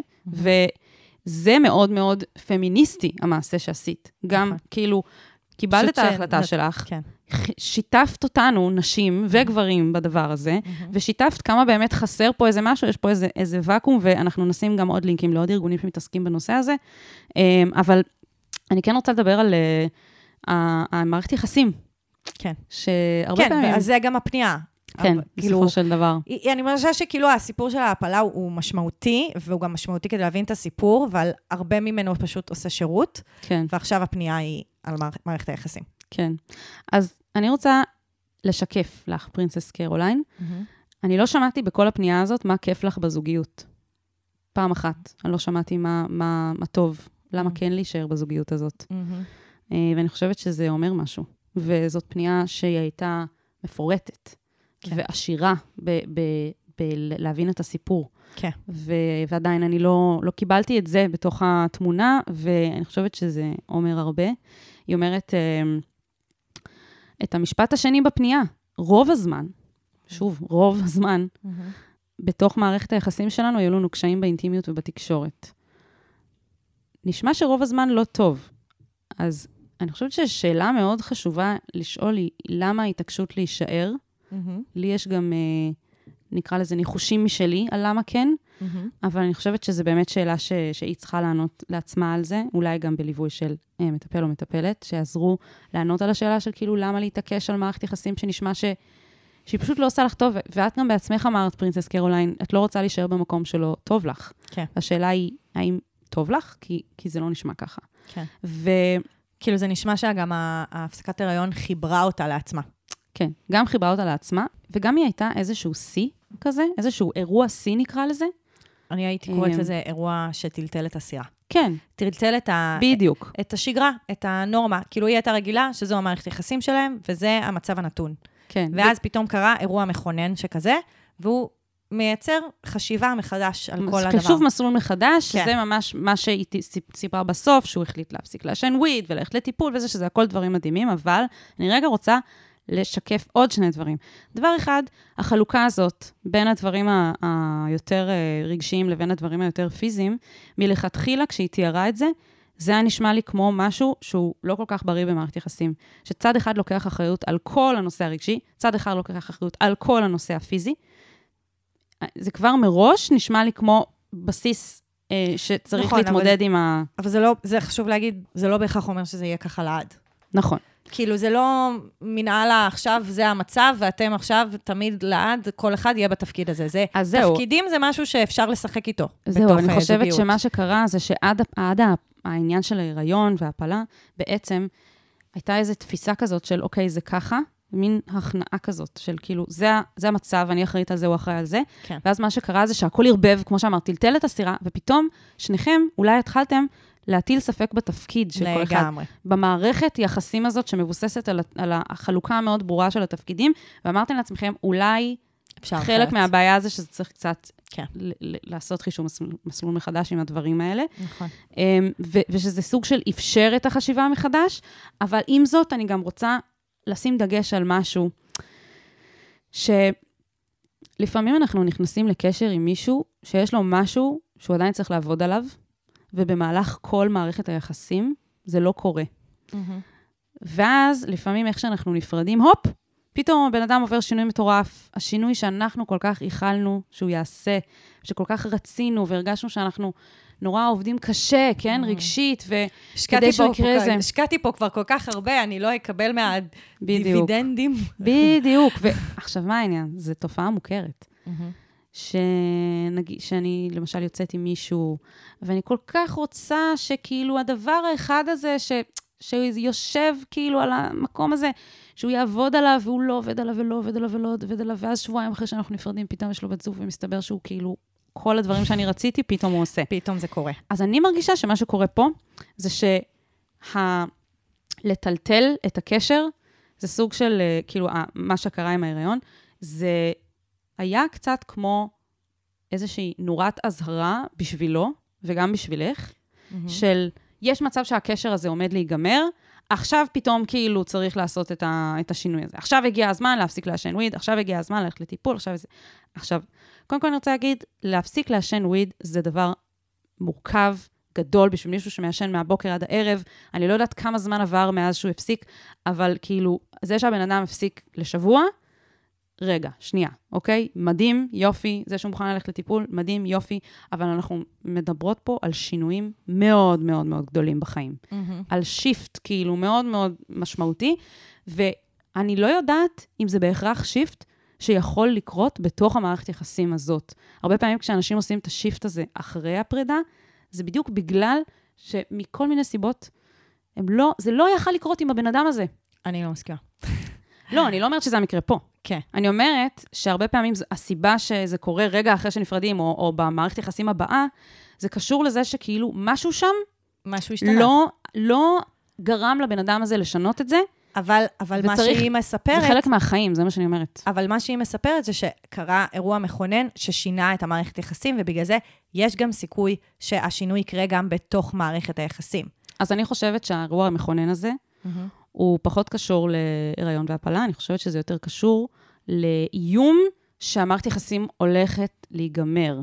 וזה מאוד מאוד פמיניסטי, המעשה שעשית. גם נכון. כאילו, קיבלת את ההחלטה ש... שלך, כן. שיתפת אותנו, נשים וגברים בדבר הזה, mm-hmm. ושיתפת כמה באמת חסר פה איזה משהו, יש פה איזה, איזה וקום, ואנחנו נשים גם עוד לינקים לעוד ארגונים שמתעסקים בנושא הזה, אבל אני כן רוצה לדבר על המערכת יחסים. כן. שהרבה כן, פעמים... אז זה גם הפנייה. כן, בסופו של דבר. אני חושבת שכאילו הסיפור של ההפלה הוא משמעותי, והוא גם משמעותי כדי להבין את הסיפור, אבל הרבה ממנו פשוט עושה שירות, כן. ועכשיו הפנייה היא על מערכת היחסים. כן. אז אני רוצה לשקף לך, פרינסס קרוליין. Mm-hmm. אני לא שמעתי בכל הפנייה הזאת מה כיף לך בזוגיות. פעם אחת. אני לא שמעתי מה, מה, מה טוב, למה mm-hmm. כן להישאר בזוגיות הזאת. Mm-hmm. ואני חושבת שזה אומר משהו. וזאת פנייה שהיא הייתה מפורטת, כן. ועשירה בלהבין את הסיפור. כן. ו- ועדיין אני לא, לא קיבלתי את זה בתוך התמונה, ואני חושבת שזה אומר הרבה. היא אומרת, את המשפט השני בפנייה, רוב הזמן, שוב, רוב הזמן, mm-hmm. בתוך מערכת היחסים שלנו, היו לנו קשיים באינטימיות ובתקשורת. נשמע שרוב הזמן לא טוב. אז אני חושבת ששאלה מאוד חשובה לשאול היא, למה ההתעקשות להישאר? Mm-hmm. לי יש גם, נקרא לזה, ניחושים משלי על למה כן, mm-hmm. אבל אני חושבת שזו באמת שאלה ש, שהיא צריכה לענות לעצמה על זה, אולי גם בליווי של אה, מטפל או מטפלת, שיעזרו לענות על השאלה של כאילו, למה להתעקש על מערכת יחסים שנשמע ש, שהיא פשוט לא עושה לך טוב, ואת גם בעצמך אמרת, פרינסס קרוליין, את לא רוצה להישאר במקום שלא טוב לך. כן. השאלה היא, האם טוב לך? כי, כי זה לא נשמע ככה. כן. ו... כאילו זה נשמע שגם ההפסקת הריון חיברה אותה לעצמה. כן, גם חיברה אותה לעצמה, וגם היא הייתה איזשהו שיא כזה, איזשהו אירוע שיא נקרא לזה. אני הייתי קוראת לזה אירוע שטלטל את הסירה. כן. טלטל את ה... בדיוק. את השגרה, את הנורמה. כאילו היא הייתה רגילה, שזו המערכת יחסים שלהם, וזה המצב הנתון. כן. ואז פתאום קרה אירוע מכונן שכזה, והוא מייצר חשיבה מחדש על כל הדבר. שוב מסלול מחדש, שזה ממש מה שהיא סיפרה בסוף, שהוא החליט להפסיק לעשן וויד, וללכת לטיפול וזה, שזה הכל דברים מדהימים, אבל אני רגע רוצה לשקף עוד שני דברים. דבר אחד, החלוקה הזאת בין הדברים היותר רגשיים לבין הדברים היותר פיזיים, מלכתחילה כשהיא תיארה את זה, זה היה נשמע לי כמו משהו שהוא לא כל כך בריא במערכת יחסים. שצד אחד לוקח אחריות על כל הנושא הרגשי, צד אחד לוקח אחריות על כל הנושא הפיזי. זה כבר מראש נשמע לי כמו בסיס אה, שצריך נכון, להתמודד אבל, עם ה... אבל זה לא, זה חשוב להגיד, זה לא בהכרח אומר שזה יהיה ככה לעד. נכון. כאילו זה לא מנהלה עכשיו, זה המצב, ואתם עכשיו תמיד לעד, כל אחד יהיה בתפקיד הזה. זה, תפקידים זה משהו שאפשר לשחק איתו. זהו, אני חושבת זוגיות. שמה שקרה זה שעד עד העניין של ההיריון והפלה, בעצם הייתה איזו תפיסה כזאת של אוקיי, זה ככה, מין הכנעה כזאת של כאילו, זה, זה המצב, אני אחראית על זה, הוא אחראי על זה. כן. ואז מה שקרה זה שהכל ירבב, כמו שאמרת, טלטל את הסירה, ופתאום שניכם אולי התחלתם להטיל ספק בתפקיד של כל אחד. במערכת יחסים הזאת שמבוססת על, על החלוקה המאוד ברורה של התפקידים, ואמרתם לעצמכם, אולי חלק אחרת. מהבעיה הזה שזה צריך קצת כן. ל- ל- לעשות חישוב מסלול, מסלול מחדש עם הדברים האלה. נכון. ו- ושזה סוג של אפשר את החשיבה מחדש, אבל עם זאת אני גם רוצה לשים דגש על משהו, שלפעמים אנחנו נכנסים לקשר עם מישהו, שיש לו משהו שהוא עדיין צריך לעבוד עליו, ובמהלך כל מערכת היחסים, זה לא קורה. Mm-hmm. ואז, לפעמים איך שאנחנו נפרדים, הופ, פתאום הבן אדם עובר שינוי מטורף, השינוי שאנחנו כל כך איחלנו שהוא יעשה, שכל כך רצינו והרגשנו שאנחנו נורא עובדים קשה, כן? Mm. רגשית, וכדי שיקרה זה. השקעתי פה כבר כל כך הרבה, אני לא אקבל מהדיבידנדים. בדיוק. ועכשיו, מה העניין? זו תופעה מוכרת. שנגיד, שאני למשל יוצאת עם מישהו, ואני כל כך רוצה שכאילו הדבר האחד הזה, ש... שיושב כאילו על המקום הזה, שהוא יעבוד עליו, והוא לא עובד עליו, ולא עובד עליו, ולא עובד עליו, ואז שבועיים אחרי שאנחנו נפרדים, פתאום יש לו בת זוג, ומסתבר שהוא כאילו, כל הדברים שאני רציתי, פתאום הוא עושה. פתאום זה קורה. אז אני מרגישה שמה שקורה פה, זה שלטלטל את הקשר, זה סוג של, כאילו, מה שקרה עם ההיריון, זה היה קצת כמו איזושהי נורת אזהרה בשבילו, וגם בשבילך, של יש מצב שהקשר הזה עומד להיגמר, עכשיו פתאום כאילו צריך לעשות את, ה, את השינוי הזה. עכשיו הגיע הזמן להפסיק לעשן וויד, עכשיו הגיע הזמן ללכת לטיפול, עכשיו זה... עכשיו, קודם כל אני רוצה להגיד, להפסיק לעשן וויד זה דבר מורכב, גדול, בשביל מישהו שמעשן מהבוקר עד הערב. אני לא יודעת כמה זמן עבר מאז שהוא הפסיק, אבל כאילו, זה שהבן אדם הפסיק לשבוע, רגע, שנייה, אוקיי? מדהים, יופי, זה שהוא מוכן ללכת לטיפול, מדהים, יופי, אבל אנחנו מדברות פה על שינויים מאוד מאוד מאוד גדולים בחיים. Mm-hmm. על שיפט, כאילו, מאוד מאוד משמעותי, ואני לא יודעת אם זה בהכרח שיפט שיכול לקרות בתוך המערכת יחסים הזאת. הרבה פעמים כשאנשים עושים את השיפט הזה אחרי הפרידה, זה בדיוק בגלל שמכל מיני סיבות, הם לא, זה לא יכל לקרות עם הבן אדם הזה. אני לא מסכימה. לא, אני לא אומרת שזה המקרה פה. כן. אני אומרת שהרבה פעמים הסיבה שזה קורה רגע אחרי שנפרדים, או, או במערכת יחסים הבאה, זה קשור לזה שכאילו משהו שם, משהו השתנה. לא, לא גרם לבן אדם הזה לשנות את זה. אבל, אבל מה שהיא מספרת... זה חלק מהחיים, זה מה שאני אומרת. אבל מה שהיא מספרת זה שקרה אירוע מכונן ששינה את המערכת יחסים, ובגלל זה יש גם סיכוי שהשינוי יקרה גם בתוך מערכת היחסים. אז אני חושבת שהאירוע המכונן הזה, mm-hmm. הוא פחות קשור להיריון והפלה, אני חושבת שזה יותר קשור לאיום שהמערכת יחסים הולכת להיגמר.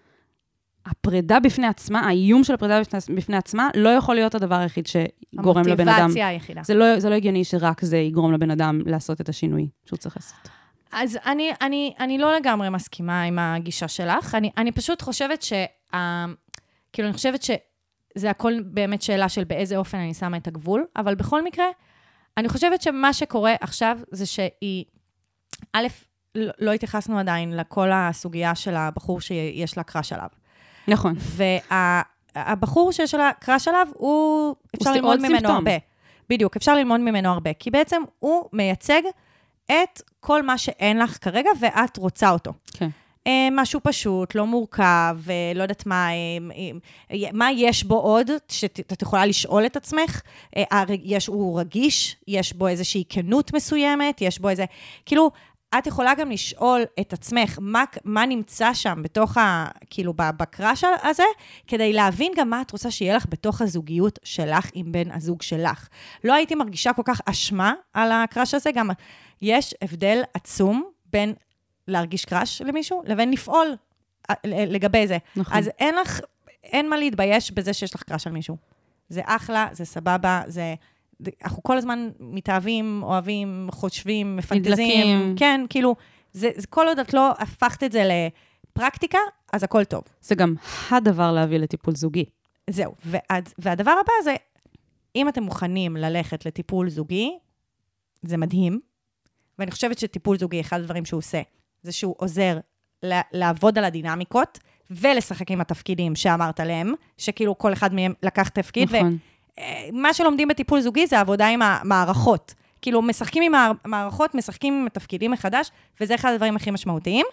הפרידה בפני עצמה, האיום של הפרידה בפני עצמה, לא יכול להיות הדבר היחיד שגורם לבן אדם. המוטיבציה היחידה. זה לא, זה לא הגיוני שרק זה יגרום לבן אדם לעשות את השינוי שהוא צריך לעשות. אז אני, אני, אני לא לגמרי מסכימה עם הגישה שלך. אני, אני פשוט חושבת ש... כאילו, אני חושבת שזה הכל באמת שאלה של באיזה אופן אני שמה את הגבול, אבל בכל מקרה, אני חושבת שמה שקורה עכשיו זה שהיא, א', לא התייחסנו עדיין לכל הסוגיה של הבחור שיש לה קראש עליו. נכון. והבחור שיש לה קראש עליו, הוא, אפשר ללמוד ממנו הרבה. בדיוק, אפשר ללמוד ממנו הרבה, כי בעצם הוא מייצג את כל מה שאין לך כרגע, ואת רוצה אותו. כן. משהו פשוט, לא מורכב, לא יודעת מה, מה יש בו עוד, שאת יכולה לשאול את עצמך, יש, הוא רגיש, יש בו איזושהי כנות מסוימת, יש בו איזה, כאילו, את יכולה גם לשאול את עצמך, מה, מה נמצא שם בתוך ה, כאילו, בקראש הזה, כדי להבין גם מה את רוצה שיהיה לך בתוך הזוגיות שלך עם בן הזוג שלך. לא הייתי מרגישה כל כך אשמה על הקראש הזה, גם יש הבדל עצום בין להרגיש קראש למישהו, לבין לפעול לגבי זה. נכון. אז אין לך, אין מה להתבייש בזה שיש לך קראש על מישהו. זה אחלה, זה סבבה, זה... אנחנו כל הזמן מתאהבים, אוהבים, חושבים, מפנטזים. נדלקים. כן, כאילו, זה, זה כל עוד את לא הפכת את זה לפרקטיקה, אז הכל טוב. זה גם הדבר להביא לטיפול זוגי. זהו, ועד, והדבר הבא זה, אם אתם מוכנים ללכת לטיפול זוגי, זה מדהים, ואני חושבת שטיפול זוגי, אחד הדברים שהוא עושה, זה שהוא עוזר לעבוד על הדינמיקות, ולשחק עם התפקידים שאמרת להם, שכאילו כל אחד מהם לקח תפקיד, נכון. ומה שלומדים בטיפול זוגי זה העבודה עם המערכות. כאילו משחקים עם המערכות, משחקים עם התפקידים מחדש, וזה אחד הדברים הכי משמעותיים,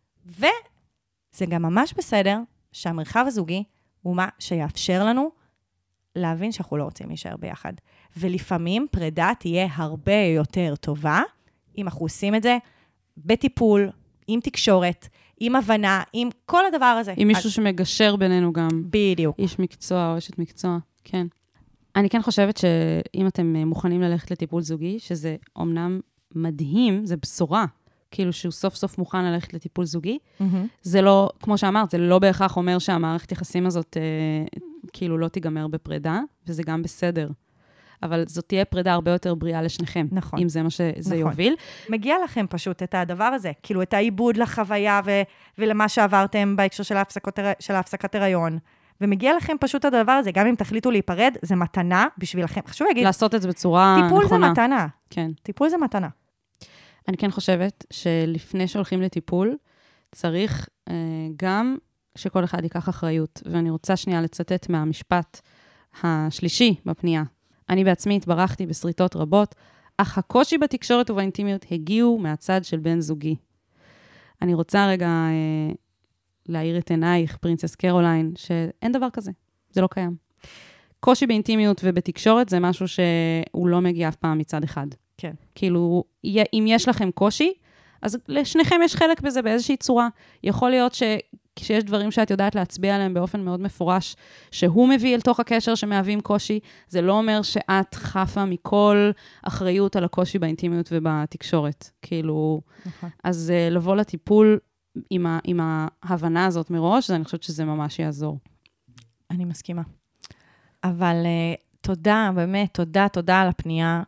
וזה גם ממש בסדר שהמרחב הזוגי הוא מה שיאפשר לנו להבין שאנחנו לא רוצים להישאר ביחד. ולפעמים פרידה תהיה הרבה יותר טובה, אם אנחנו עושים את זה בטיפול, עם תקשורת, עם הבנה, עם כל הדבר הזה. עם מישהו שמגשר בינינו גם. בדיוק. איש מקצוע או אשת מקצוע, כן. אני כן חושבת שאם אתם מוכנים ללכת לטיפול זוגי, שזה אומנם מדהים, זה בשורה, כאילו שהוא סוף סוף מוכן ללכת לטיפול זוגי, mm-hmm. זה לא, כמו שאמרת, זה לא בהכרח אומר שהמערכת יחסים הזאת אה, כאילו לא תיגמר בפרידה, וזה גם בסדר. אבל זאת תהיה פרידה הרבה יותר בריאה לשניכם, נכון. אם זה מה שזה נכון. יוביל. מגיע לכם פשוט את הדבר הזה, כאילו את העיבוד לחוויה ו- ולמה שעברתם בהקשר של ההפסקות, של ההפסקת הריון. ומגיע לכם פשוט הדבר הזה, גם אם תחליטו להיפרד, זה מתנה בשבילכם. חשוב להגיד... לעשות את זה בצורה נכונה. טיפול זה מתנה. כן. טיפול זה מתנה. אני כן חושבת שלפני שהולכים לטיפול, צריך אה, גם שכל אחד ייקח אחריות. ואני רוצה שנייה לצטט מהמשפט השלישי בפנייה. אני בעצמי התברכתי בסריטות רבות, אך הקושי בתקשורת ובאינטימיות הגיעו מהצד של בן זוגי. אני רוצה רגע אה, להאיר את עינייך, פרינסס קרוליין, שאין דבר כזה, זה לא קיים. קושי באינטימיות ובתקשורת זה משהו שהוא לא מגיע אף פעם מצד אחד. כן. כאילו, אם יש לכם קושי, אז לשניכם יש חלק בזה באיזושהי צורה. יכול להיות ש... כשיש דברים שאת יודעת להצביע עליהם באופן מאוד מפורש, שהוא מביא אל תוך הקשר שמהווים קושי, זה לא אומר שאת חפה מכל אחריות על הקושי באינטימיות ובתקשורת. כאילו, נכון. אז uh, לבוא לטיפול עם, ה, עם ההבנה הזאת מראש, אני חושבת שזה ממש יעזור. אני מסכימה. אבל uh, תודה, באמת, תודה, תודה על הפנייה,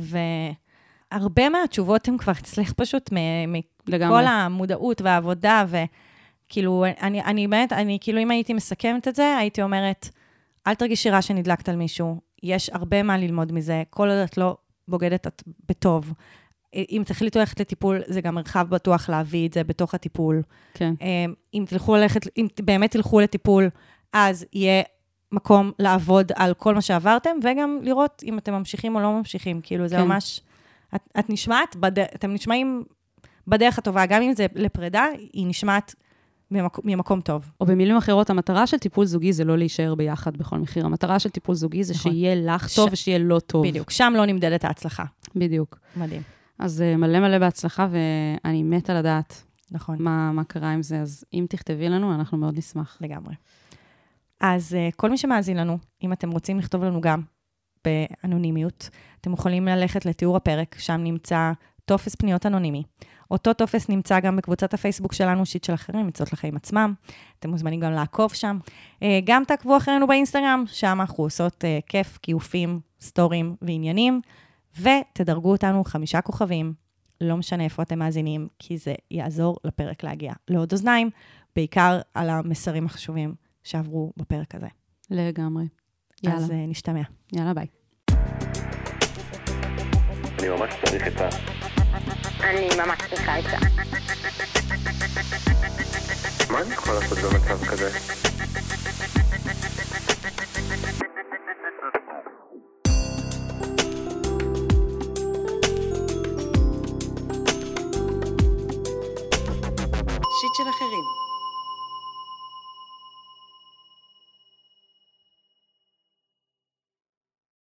והרבה מהתשובות הן כבר אצלך פשוט מכל המודעות והעבודה, ו... כאילו, אני, אני באמת, אני, כאילו, אם הייתי מסכמת את זה, הייתי אומרת, אל תרגישי רע שנדלקת על מישהו, יש הרבה מה ללמוד מזה, כל עוד את לא בוגדת את בטוב. אם תחליטו ללכת לטיפול, זה גם מרחב בטוח להביא את זה בתוך הטיפול. כן. אם תלכו ללכת, אם באמת תלכו לטיפול, אז יהיה מקום לעבוד על כל מה שעברתם, וגם לראות אם אתם ממשיכים או לא ממשיכים. כאילו, זה כן. ממש, את, את נשמעת, בד... אתם נשמעים בדרך הטובה, גם אם זה לפרידה, היא נשמעת ממקום, ממקום טוב. או במילים אחרות, המטרה של טיפול זוגי זה לא להישאר ביחד בכל מחיר. המטרה של טיפול זוגי זה נכון. שיהיה לך טוב ש... ושיהיה לא טוב. בדיוק, שם לא נמדדת ההצלחה. בדיוק. מדהים. אז מלא מלא בהצלחה, ואני מתה לדעת נכון. מה, מה קרה עם זה. אז אם תכתבי לנו, אנחנו מאוד נשמח. לגמרי. אז כל מי שמאזין לנו, אם אתם רוצים לכתוב לנו גם באנונימיות, אתם יכולים ללכת לתיאור הפרק, שם נמצא טופס פניות אנונימי. אותו טופס נמצא גם בקבוצת הפייסבוק שלנו, שיט של אחרים, מצאות לחיים עצמם. אתם מוזמנים גם לעקוב שם. גם תעקבו אחרינו באינסטגרם, שם אנחנו עושות כיף, קיופים, סטורים ועניינים, ותדרגו אותנו חמישה כוכבים, לא משנה איפה אתם מאזינים, כי זה יעזור לפרק להגיע לעוד אוזניים, בעיקר על המסרים החשובים שעברו בפרק הזה. לגמרי. יאללה. אז נשתמע. יאללה, ביי. אני ממש צריך את ה... אני ממש צריכה את זה. מה אני יכול לעשות במצב כזה?